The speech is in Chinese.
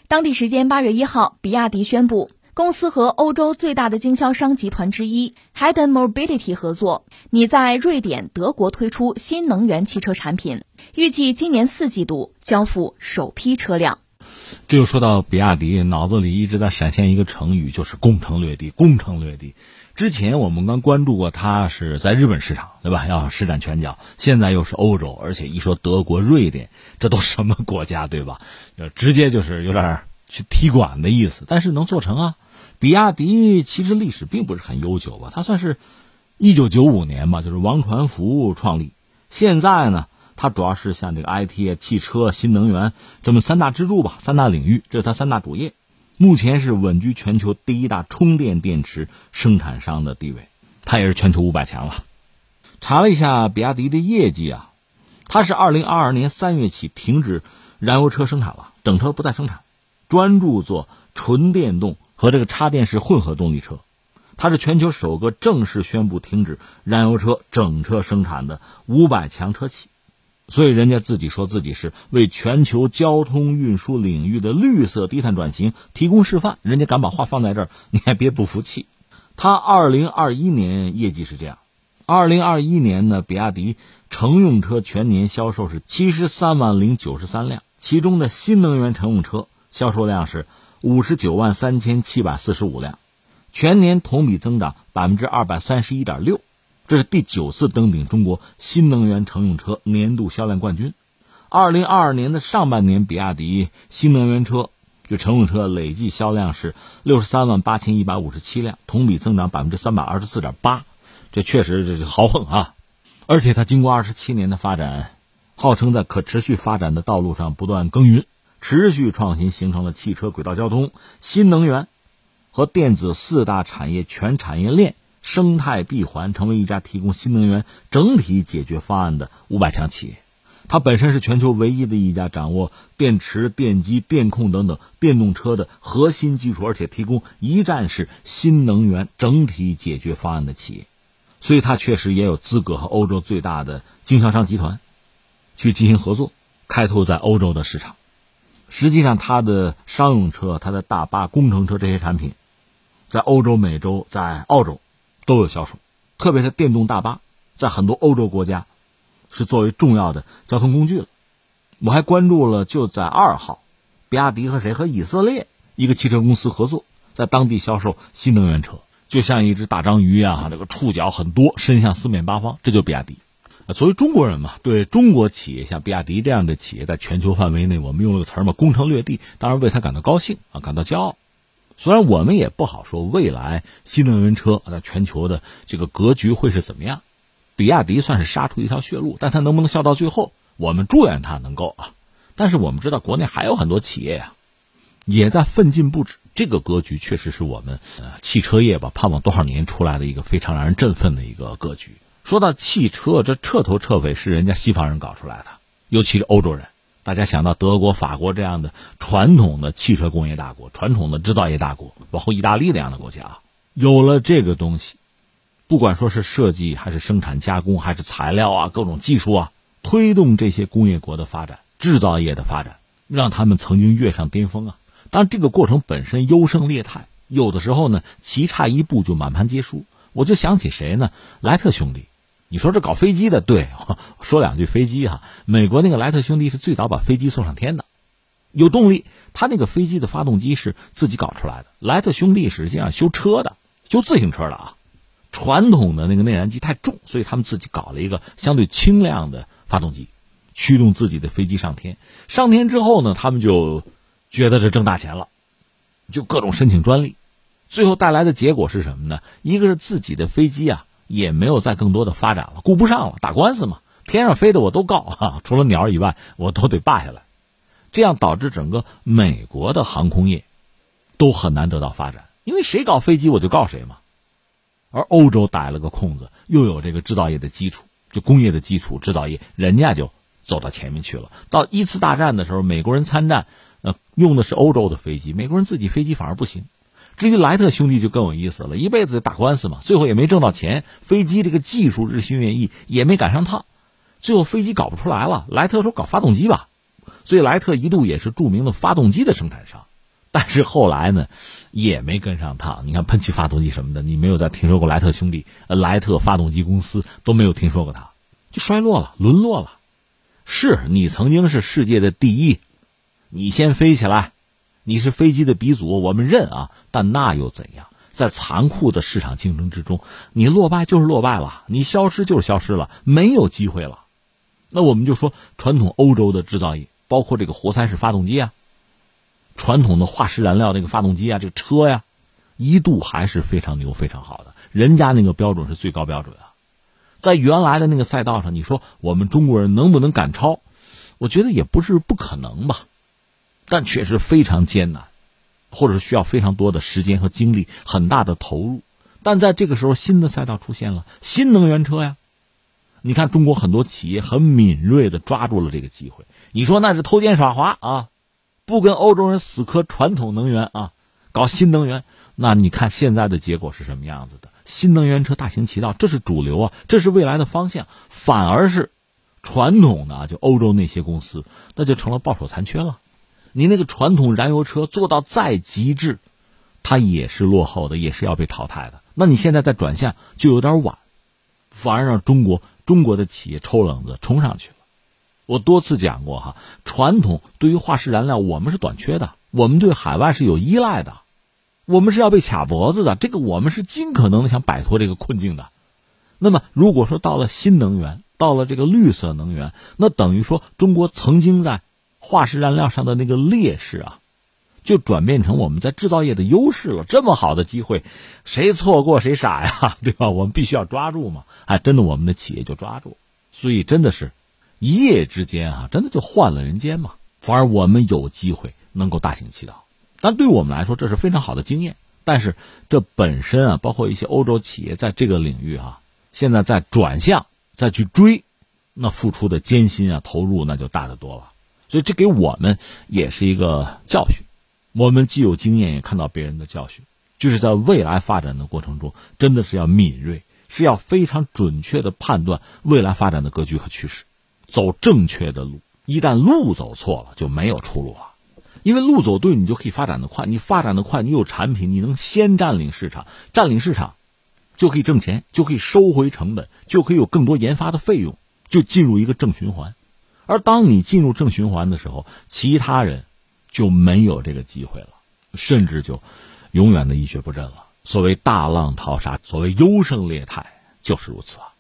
当地时间8月1号，比亚迪宣布，公司和欧洲最大的经销商集团之一 Hayden Mobility 合作，拟在瑞典、德国推出新能源汽车产品，预计今年4季度交付首批车辆。 这就说到比亚迪，脑子里一直在闪现一个成语，就是攻城略地。攻城略地之前我们刚关注过，它是在日本市场，对吧？要施展拳脚，现在又是欧洲，而且一说德国、瑞典，这都什么国家，对吧？直接就是有点去踢馆的意思，但是能做成啊。比亚迪其实历史并不是很悠久吧，它算是1995年吧，就是王传福创立。现在呢，它主要是像这个 IT、汽车、新能源这么3大支柱吧，3大领域，这是它3大主业。目前是稳居全球第1大充电电池生产商的地位，它也是全球500强了。查了一下比亚迪的业绩啊，它是2022年3月起停止燃油车生产了，整车不再生产，专注做纯电动和这个插电式混合动力车。它是全球首个正式宣布停止燃油车整车生产的500强车企。所以人家自己说自己是为全球交通运输领域的绿色低碳转型提供示范，人家敢把话放在这儿，你还别不服气。他2021年业绩是这样，2021年呢，比亚迪乘用车全年销售是73万零93辆，其中的新能源乘用车销售量是59万3745辆，全年同比增长231.6%。这是第9次登顶中国新能源乘用车年度销量冠军。2022年的上半年，比亚迪新能源车就乘用车累计销量是63万8157辆，同比增长324.8%。这确实这是豪横啊！而且它经过27年的发展，号称在可持续发展的道路上不断耕耘，持续创新，形成了汽车、轨道交通、新能源和电子4大产业全产业链生态闭环，成为一家提供新能源整体解决方案的500强企业。它本身是全球唯一的一家掌握电池、电机、电控等等电动车的核心技术，而且提供一站式新能源整体解决方案的企业。所以它确实也有资格和欧洲最大的经销商集团去进行合作，开拓在欧洲的市场。实际上它的商用车、它的大巴、工程车这些产品在欧洲、美洲、在澳洲都有销售，特别是电动大巴，在很多欧洲国家是作为重要的交通工具了。我还关注了，就在2号，比亚迪和谁？和以色列一个汽车公司合作，在当地销售新能源车，就像一只大章鱼啊，这个触角很多，伸向四面八方，这就是比亚迪。作为中国人嘛，对中国企业像比亚迪这样的企业，在全球范围内，我们用了个词嘛，攻城略地，当然为他感到高兴啊，感到骄傲。虽然我们也不好说未来新能源车在全球的这个格局会是怎么样，比亚迪算是杀出一条血路，但它能不能笑到最后，我们祝愿它能够啊。但是我们知道国内还有很多企业啊，也在奋进不止。这个格局确实是我们汽车业吧盼望多少年出来的一个非常让人振奋的一个格局。说到汽车，这彻头彻尾是人家西方人搞出来的，尤其是欧洲人。大家想到德国、法国这样的传统的汽车工业大国、传统的制造业大国，包括意大利这样的国家，有了这个东西，不管说是设计还是生产加工还是材料啊，各种技术啊，推动这些工业国的发展、制造业的发展，让他们曾经跃上巅峰啊。当然这个过程本身优胜劣汰，有的时候呢棋差一步就满盘皆输。我就想起谁呢？莱特兄弟。你说这搞飞机的，对，说两句飞机哈。美国那个莱特兄弟是最早把飞机送上天的，有动力。他那个飞机的发动机是自己搞出来的。莱特兄弟实际上修车的，修自行车的啊。传统的那个内燃机太重，所以他们自己搞了一个相对轻量的发动机，驱动自己的飞机上天。上天之后呢，他们就觉得这挣大钱了，就各种申请专利。最后带来的结果是什么呢？一个是自己的飞机啊也没有再更多的发展了，顾不上了，打官司嘛，天上飞的我都告啊，除了鸟以外我都得霸下来。这样导致整个美国的航空业都很难得到发展，因为谁搞飞机我就告谁嘛。而欧洲逮了个空子，又有这个制造业的基础，就工业的基础，制造业人家就走到前面去了。到一次大战的时候，美国人参战用的是欧洲的飞机，美国人自己飞机反而不行。至于莱特兄弟就更有意思了，一辈子打官司嘛，最后也没挣到钱，飞机这个技术日新月异，也没赶上趟，最后飞机搞不出来了。莱特说搞发动机吧，所以莱特一度也是著名的发动机的生产商。 但是后来呢，也没跟上趟。你看喷气发动机什么的，你没有再听说过莱特兄弟、莱特发动机公司都没有听说过它，就衰落了，沦落了。是你曾经是世界的第一，你先飞起来，你是飞机的鼻祖，我们认啊，但那又怎样？在残酷的市场竞争之中，你落败就是落败了，你消失就是消失了，没有机会了。那我们就说传统欧洲的制造业，包括这个活塞式发动机啊，传统的化石燃料这个发动机啊，这个车呀，一度还是非常牛非常好的，人家那个标准是最高标准啊。在原来的那个赛道上，你说我们中国人能不能赶超？我觉得也不是不可能吧，但确实非常艰难，或者是需要非常多的时间和精力，很大的投入。但在这个时候，新的赛道出现了，新能源车呀。你看中国很多企业很敏锐地抓住了这个机会，你说那是偷奸耍滑啊，不跟欧洲人死磕传统能源啊，搞新能源，那你看现在的结果是什么样子的？新能源车大行其道，这是主流啊，这是未来的方向。反而是传统的就欧洲那些公司，那就成了抱手残缺了。你那个传统燃油车做到再极致，它也是落后的，也是要被淘汰的。那你现在再转向就有点晚，反而让中国的企业抽冷子冲上去了。我多次讲过哈，传统对于化石燃料我们是短缺的，我们对海外是有依赖的，我们是要被卡脖子的，这个我们是尽可能的想摆脱这个困境的。那么如果说到了新能源，到了这个绿色能源，那等于说中国曾经在化石燃料上的那个劣势啊，就转变成我们在制造业的优势了。这么好的机会，谁错过谁傻呀，对吧？我们必须要抓住嘛。真的我们的企业就抓住，所以真的是一夜之间啊，真的就换了人间嘛。反而我们有机会能够大行其道，但对我们来说这是非常好的经验。但是这本身啊，包括一些欧洲企业在这个领域啊，现在在转向再去追，那付出的艰辛啊投入那就大得多了。所以这给我们也是一个教训，我们既有经验也看到别人的教训，就是在未来发展的过程中真的是要敏锐，是要非常准确的判断未来发展的格局和趋势，走正确的路。一旦路走错了就没有出路了，因为路走对你就可以发展得快，你发展得快，你有产品，你能先占领市场，占领市场就可以挣钱，就可以收回成本，就可以有更多研发的费用，就进入一个正循环。而当你进入正循环的时候，其他人就没有这个机会了，甚至就永远的一蹶不振了。所谓大浪淘沙，所谓优胜劣汰，就是如此啊。